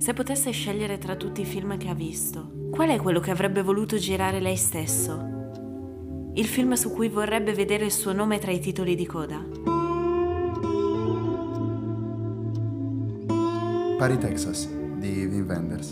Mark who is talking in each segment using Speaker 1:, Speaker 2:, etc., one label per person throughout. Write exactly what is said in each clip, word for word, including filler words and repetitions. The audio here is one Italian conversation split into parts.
Speaker 1: Se potesse scegliere tra tutti i film che ha visto, qual è quello che avrebbe voluto girare lei stesso? Il film su cui vorrebbe vedere il suo nome tra i titoli di coda?
Speaker 2: Paris, Texas, di Wim Wenders.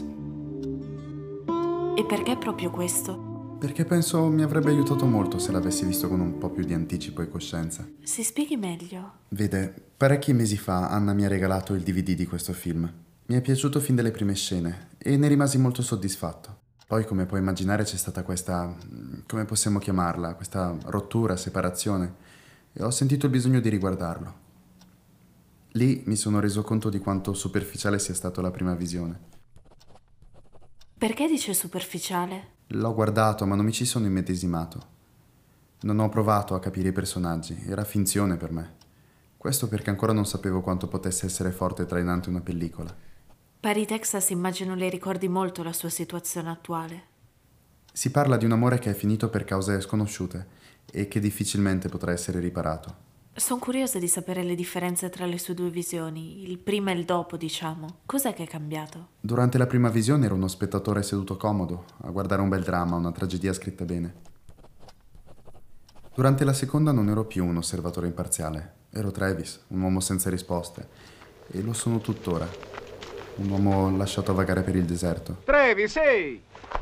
Speaker 1: E perché proprio questo?
Speaker 2: Perché penso mi avrebbe aiutato molto se l'avessi visto con un po' più di anticipo e coscienza.
Speaker 1: Si spieghi meglio.
Speaker 2: Vede, parecchi mesi fa Anna mi ha regalato il D V D di questo film. Mi è piaciuto fin dalle prime scene e ne rimasi molto soddisfatto. Poi, come puoi immaginare, c'è stata questa... come possiamo chiamarla? Questa rottura, separazione. E ho sentito il bisogno di riguardarlo. Lì mi sono reso conto di quanto superficiale sia stata la prima visione.
Speaker 1: Perché dice superficiale?
Speaker 2: L'ho guardato, ma non mi ci sono immedesimato. Non ho provato a capire i personaggi, era finzione per me. Questo perché ancora non sapevo quanto potesse essere forte e trainante una pellicola.
Speaker 1: Paris, Texas immagino le ricordi molto la sua situazione attuale.
Speaker 2: Si parla di un amore che è finito per cause sconosciute e che difficilmente potrà essere riparato.
Speaker 1: Sono curiosa di sapere le differenze tra le sue due visioni, il prima e il dopo, diciamo. Cos'è che è cambiato?
Speaker 2: Durante la prima visione ero uno spettatore seduto comodo, a guardare un bel dramma, una tragedia scritta bene. Durante la seconda non ero più un osservatore imparziale. Ero Travis, un uomo senza risposte. E lo sono tuttora. Un uomo lasciato a vagare per il deserto.
Speaker 3: Travis, ehi!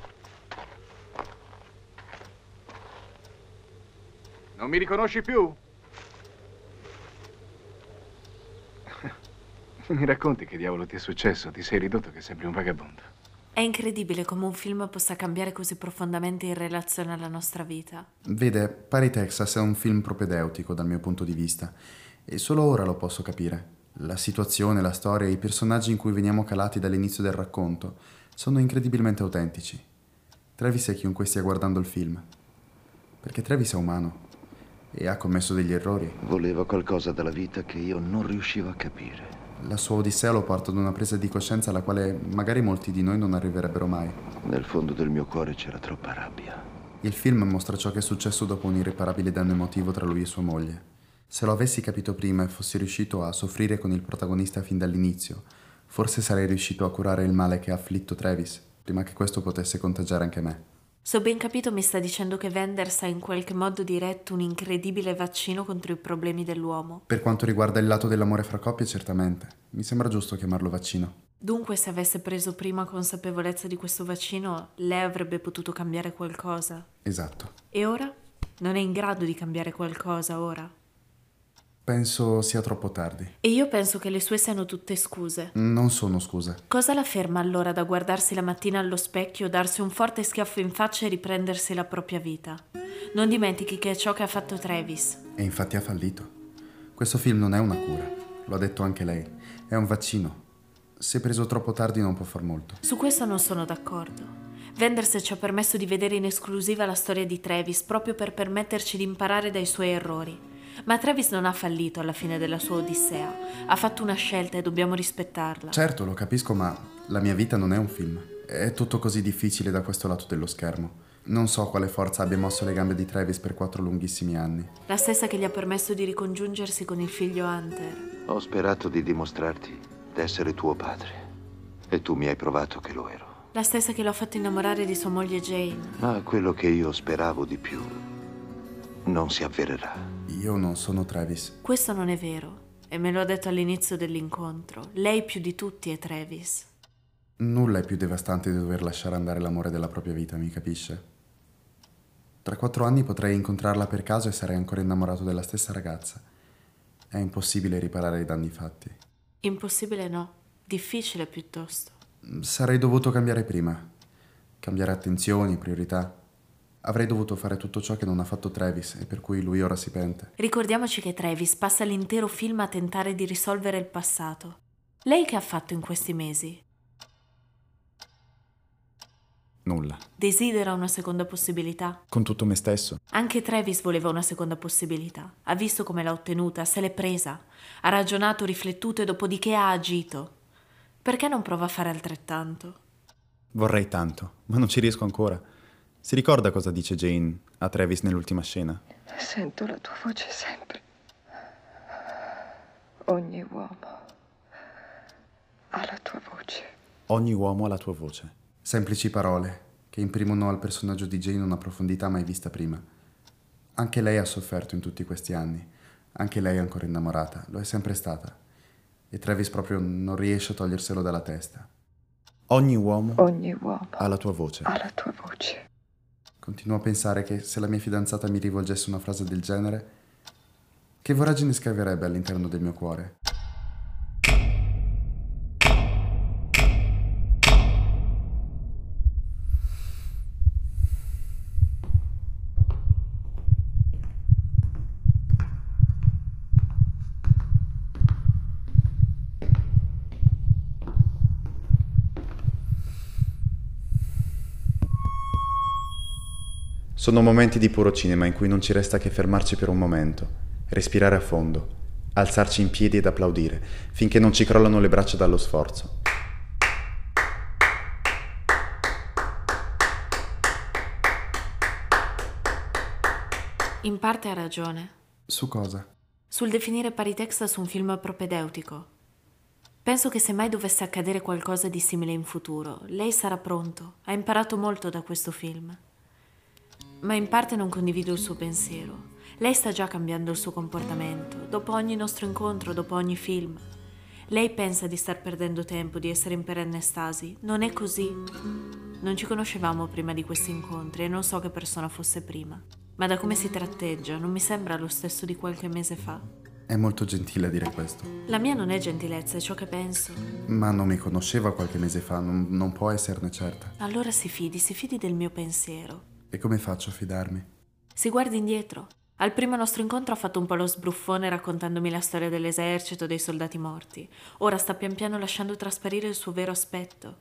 Speaker 3: Non mi riconosci più? Mi racconti che diavolo ti è successo? Ti sei ridotto che sembri un vagabondo.
Speaker 1: È incredibile come un film possa cambiare così profondamente in relazione alla nostra vita.
Speaker 2: Vede, Paris, Texas è un film propedeutico dal mio punto di vista e solo ora lo posso capire. La situazione, la storia e i personaggi in cui veniamo calati dall'inizio del racconto sono incredibilmente autentici. Travis è chiunque stia guardando il film, perché Travis è umano e ha commesso degli errori.
Speaker 4: Voleva qualcosa dalla vita che io non riuscivo a capire.
Speaker 2: La sua odissea lo porta ad una presa di coscienza alla quale magari molti di noi non arriverebbero mai.
Speaker 4: Nel fondo del mio cuore c'era troppa rabbia.
Speaker 2: Il film mostra ciò che è successo dopo un irreparabile danno emotivo tra lui e sua moglie. Se lo avessi capito prima e fossi riuscito a soffrire con il protagonista fin dall'inizio, forse sarei riuscito a curare il male che ha afflitto Travis, prima che questo potesse contagiare anche me.
Speaker 1: Se ho ben capito, mi sta dicendo che Wenders ha in qualche modo diretto un incredibile vaccino contro i problemi dell'uomo.
Speaker 2: Per quanto riguarda il lato dell'amore fra coppie, certamente. Mi sembra giusto chiamarlo vaccino.
Speaker 1: Dunque, se avesse preso prima consapevolezza di questo vaccino, lei avrebbe potuto cambiare qualcosa.
Speaker 2: Esatto.
Speaker 1: E ora? Non è in grado di cambiare qualcosa ora?
Speaker 2: Penso sia troppo tardi.
Speaker 1: E io penso che le sue siano tutte scuse.
Speaker 2: Non sono scuse.
Speaker 1: Cosa la ferma allora da guardarsi la mattina allo specchio, darsi un forte schiaffo in faccia e riprendersi la propria vita? Non dimentichi che è ciò che ha fatto Travis.
Speaker 2: E infatti ha fallito. Questo film non è una cura. Lo ha detto anche lei. È un vaccino. Se preso troppo tardi non può far molto.
Speaker 1: Su questo non sono d'accordo. Wenders ci ha permesso di vedere in esclusiva la storia di Travis proprio per permetterci di imparare dai suoi errori. Ma Travis non ha fallito alla fine della sua odissea. Ha fatto una scelta e dobbiamo rispettarla.
Speaker 2: Certo, lo capisco, ma la mia vita non è un film. È tutto così difficile da questo lato dello schermo. Non so quale forza abbia mosso le gambe di Travis per quattro lunghissimi anni.
Speaker 1: La stessa che gli ha permesso di ricongiungersi con il figlio Hunter.
Speaker 4: Ho sperato di dimostrarti d'essere tuo padre. E tu mi hai provato che lo ero.
Speaker 1: La stessa che lo ha fatto innamorare di sua moglie Jane.
Speaker 4: Ma quello che io speravo di più non si avvererà.
Speaker 2: Io non sono Travis.
Speaker 1: Questo non è vero. E me lo ha detto all'inizio dell'incontro. Lei più di tutti è Travis.
Speaker 2: Nulla è più devastante di dover lasciare andare l'amore della propria vita, mi capisce? Tra quattro anni potrei incontrarla per caso e sarei ancora innamorato della stessa ragazza. È impossibile riparare i danni fatti.
Speaker 1: Impossibile no. Difficile piuttosto.
Speaker 2: Sarei dovuto cambiare prima. Cambiare attenzioni, priorità. Avrei dovuto fare tutto ciò che non ha fatto Travis e per cui lui ora si pente.
Speaker 1: Ricordiamoci che Travis passa l'intero film a tentare di risolvere il passato. Lei che ha fatto in questi mesi?
Speaker 5: Nulla.
Speaker 1: Desidera una seconda possibilità?
Speaker 5: Con tutto me stesso.
Speaker 1: Anche Travis voleva una seconda possibilità. Ha visto come l'ha ottenuta, se l'è presa. Ha ragionato, riflettuto e dopodiché ha agito. Perché non prova a fare altrettanto?
Speaker 5: Vorrei tanto, ma non ci riesco ancora. Si ricorda cosa dice Jane a Travis nell'ultima scena?
Speaker 6: Sento la tua voce sempre. Ogni uomo ha la tua voce.
Speaker 5: Ogni uomo ha la tua voce.
Speaker 2: Semplici parole che imprimono al personaggio di Jane una profondità mai vista prima. Anche lei ha sofferto in tutti questi anni. Anche lei è ancora innamorata, lo è sempre stata. E Travis proprio non riesce a toglierselo dalla testa.
Speaker 5: Ogni uomo,
Speaker 6: Ogni uomo
Speaker 5: ha la tua voce.
Speaker 6: ha la tua voce.
Speaker 2: Continuo a pensare che se la mia fidanzata mi rivolgesse una frase del genere, che voragine scaverebbe all'interno del mio cuore.
Speaker 5: Sono momenti di puro cinema in cui non ci resta che fermarci per un momento, respirare a fondo, alzarci in piedi ed applaudire, finché non ci crollano le braccia dallo sforzo.
Speaker 1: In parte ha ragione.
Speaker 2: Su cosa?
Speaker 1: Sul definire Paritext su un film propedeutico. Penso che se mai dovesse accadere qualcosa di simile in futuro, lei sarà pronto. Ha imparato molto da questo film. Ma in parte non condivido il suo pensiero. Lei sta già cambiando il suo comportamento, dopo ogni nostro incontro, dopo ogni film. Lei pensa di star perdendo tempo, di essere in perenne estasi. Non è così. Non ci conoscevamo prima di questi incontri e non so che persona fosse prima. Ma da come si tratteggia, non mi sembra lo stesso di qualche mese fa.
Speaker 2: È molto gentile a dire questo.
Speaker 1: La mia non è gentilezza, è ciò che penso.
Speaker 2: Ma non mi conosceva qualche mese fa, non, non può esserne certa.
Speaker 1: Allora si fidi, si fidi del mio pensiero.
Speaker 2: E come faccio a fidarmi?
Speaker 1: Si guardi indietro. Al primo nostro incontro ha fatto un po' lo sbruffone raccontandomi la storia dell'esercito, dei soldati morti. Ora sta pian piano lasciando trasparire il suo vero aspetto.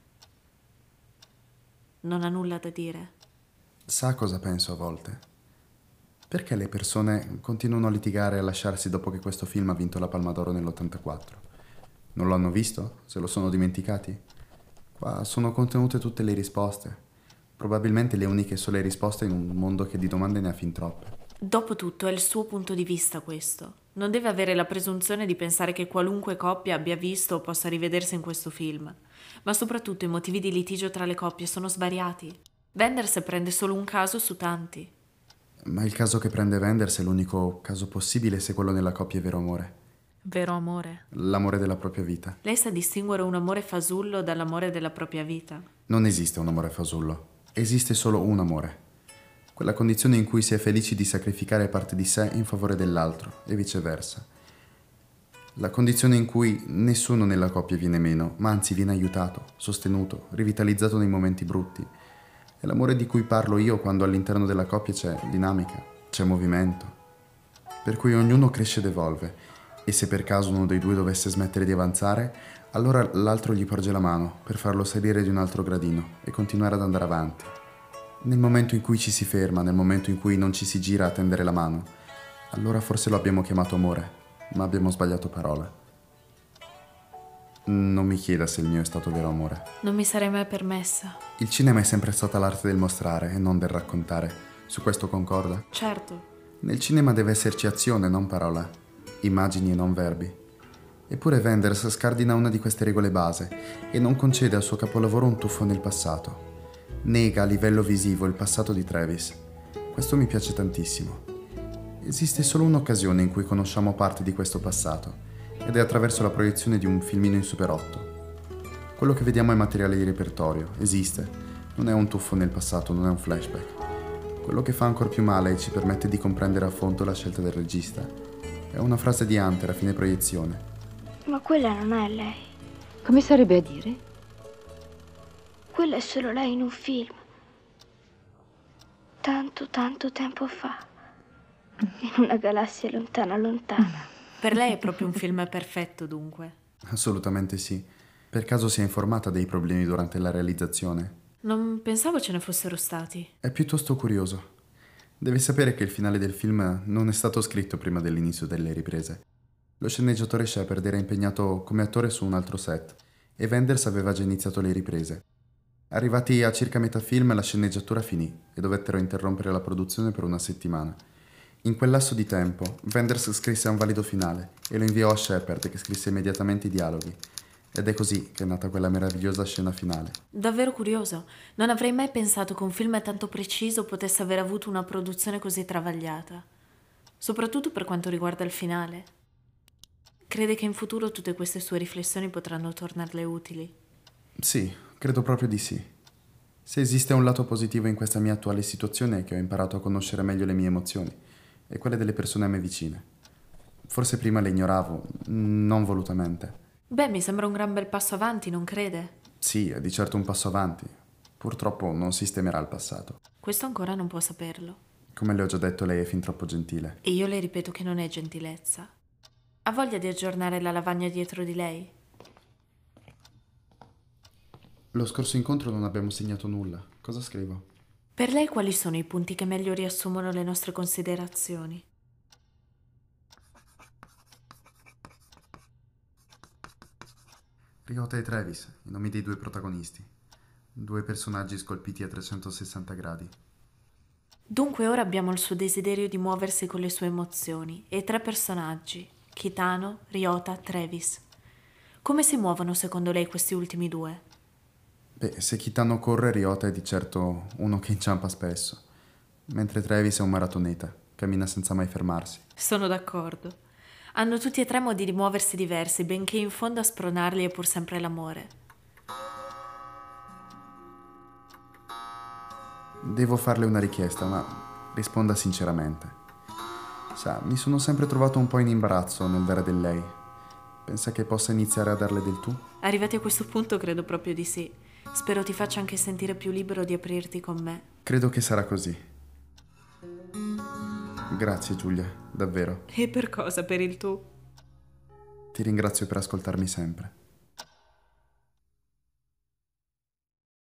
Speaker 1: Non ha nulla da dire.
Speaker 2: Sa cosa penso a volte? Perché le persone continuano a litigare e a lasciarsi dopo che questo film ha vinto la Palma d'Oro nell'ottantaquattro? Non lo hanno visto? Se lo sono dimenticati? Qua sono contenute tutte le risposte. Probabilmente le uniche sole risposte in un mondo che di domande ne ha fin troppe.
Speaker 1: Dopotutto è il suo punto di vista questo. Non deve avere la presunzione di pensare che qualunque coppia abbia visto o possa rivedersi in questo film. Ma soprattutto i motivi di litigio tra le coppie sono svariati. Wenders prende solo un caso su tanti.
Speaker 2: Ma il caso che prende Wenders è l'unico caso possibile se quello nella coppia è vero amore.
Speaker 1: Vero amore.
Speaker 2: L'amore della propria vita.
Speaker 1: Lei sa distinguere un amore fasullo dall'amore della propria vita?
Speaker 2: Non esiste un amore fasullo. Esiste solo un amore. Quella condizione in cui si è felici di sacrificare parte di sé in favore dell'altro e viceversa. La condizione in cui nessuno nella coppia viene meno, ma anzi viene aiutato, sostenuto, rivitalizzato nei momenti brutti. È l'amore di cui parlo io quando all'interno della coppia c'è dinamica, c'è movimento. Per cui ognuno cresce ed evolve, e se per caso uno dei due dovesse smettere di avanzare, allora l'altro gli porge la mano per farlo salire di un altro gradino e continuare ad andare avanti. Nel momento in cui ci si ferma, nel momento in cui non ci si gira a tendere la mano, allora forse lo abbiamo chiamato amore, ma abbiamo sbagliato parola. Non mi chieda se il mio è stato vero amore.
Speaker 1: Non mi sarei mai permessa.
Speaker 2: Il cinema è sempre stata l'arte del mostrare e non del raccontare. Su questo concorda?
Speaker 1: Certo.
Speaker 2: Nel cinema deve esserci azione, non parola. Immagini e non verbi. Eppure Wenders scardina una di queste regole base e non concede al suo capolavoro un tuffo nel passato. Nega a livello visivo il passato di Travis. Questo mi piace tantissimo. Esiste solo un'occasione in cui conosciamo parte di questo passato, ed è attraverso la proiezione di un filmino in Super otto. Quello che vediamo è materiale di repertorio, esiste, non è un tuffo nel passato, non è un flashback. Quello che fa ancor più male e ci permette di comprendere a fondo la scelta del regista è una frase di Hunter a fine proiezione.
Speaker 7: Ma quella non è lei.
Speaker 6: Come sarebbe a dire?
Speaker 7: Quella è solo lei in un film. Tanto, tanto tempo fa. In una galassia lontana, lontana.
Speaker 1: Per lei è proprio un film perfetto, dunque.
Speaker 2: Assolutamente sì. Per caso si è informata dei problemi durante la realizzazione?
Speaker 1: Non pensavo ce ne fossero stati.
Speaker 2: È piuttosto curioso. Deve sapere che il finale del film non è stato scritto prima dell'inizio delle riprese. Lo sceneggiatore Shepard era impegnato come attore su un altro set e Wenders aveva già iniziato le riprese. Arrivati a circa metà film la sceneggiatura finì e dovettero interrompere la produzione per una settimana. In quel lasso di tempo Wenders scrisse un valido finale e lo inviò a Shepard che scrisse immediatamente i dialoghi. Ed è così che è nata quella meravigliosa scena finale.
Speaker 1: Davvero curioso. Non avrei mai pensato che un film tanto preciso potesse aver avuto una produzione così travagliata. Soprattutto per quanto riguarda il finale. Crede che in futuro tutte queste sue riflessioni potranno tornarle utili?
Speaker 2: Sì, credo proprio di sì. Se esiste un lato positivo in questa mia attuale situazione è che ho imparato a conoscere meglio le mie emozioni e quelle delle persone a me vicine. Forse prima le ignoravo, non volutamente.
Speaker 1: Beh, mi sembra un gran bel passo avanti, non crede?
Speaker 2: Sì, è di certo un passo avanti. Purtroppo non sistemerà il passato.
Speaker 1: Questo ancora non può saperlo.
Speaker 2: Come le ho già detto, lei è fin troppo gentile.
Speaker 1: E io le ripeto che non è gentilezza. Ha voglia di aggiornare la lavagna dietro di lei?
Speaker 2: Lo scorso incontro non abbiamo segnato nulla. Cosa scrivo?
Speaker 1: Per lei quali sono i punti che meglio riassumono le nostre considerazioni?
Speaker 2: Ryota e Travis, i nomi dei due protagonisti. Due personaggi scolpiti a trecentosessanta gradi.
Speaker 1: Dunque ora abbiamo il suo desiderio di muoversi con le sue emozioni e tre personaggi, Kitano, Ryota, Travis. Come si muovono secondo lei questi ultimi due?
Speaker 2: Beh, se Kitano corre, Ryota è di certo uno che inciampa spesso, mentre Travis è un maratoneta, cammina senza mai fermarsi.
Speaker 1: Sono d'accordo. Hanno tutti e tre modi di muoversi diversi, benché in fondo a spronarli è pur sempre l'amore.
Speaker 2: Devo farle una richiesta, ma risponda sinceramente. Sa, mi sono sempre trovato un po' in imbarazzo nel dare del lei. Pensa che possa iniziare a darle del tu?
Speaker 1: Arrivati a questo punto credo proprio di sì. Spero ti faccia anche sentire più libero di aprirti con me.
Speaker 2: Credo che sarà così. Grazie Giulia, davvero.
Speaker 1: E per cosa? Per il tu?
Speaker 2: Ti ringrazio per ascoltarmi sempre.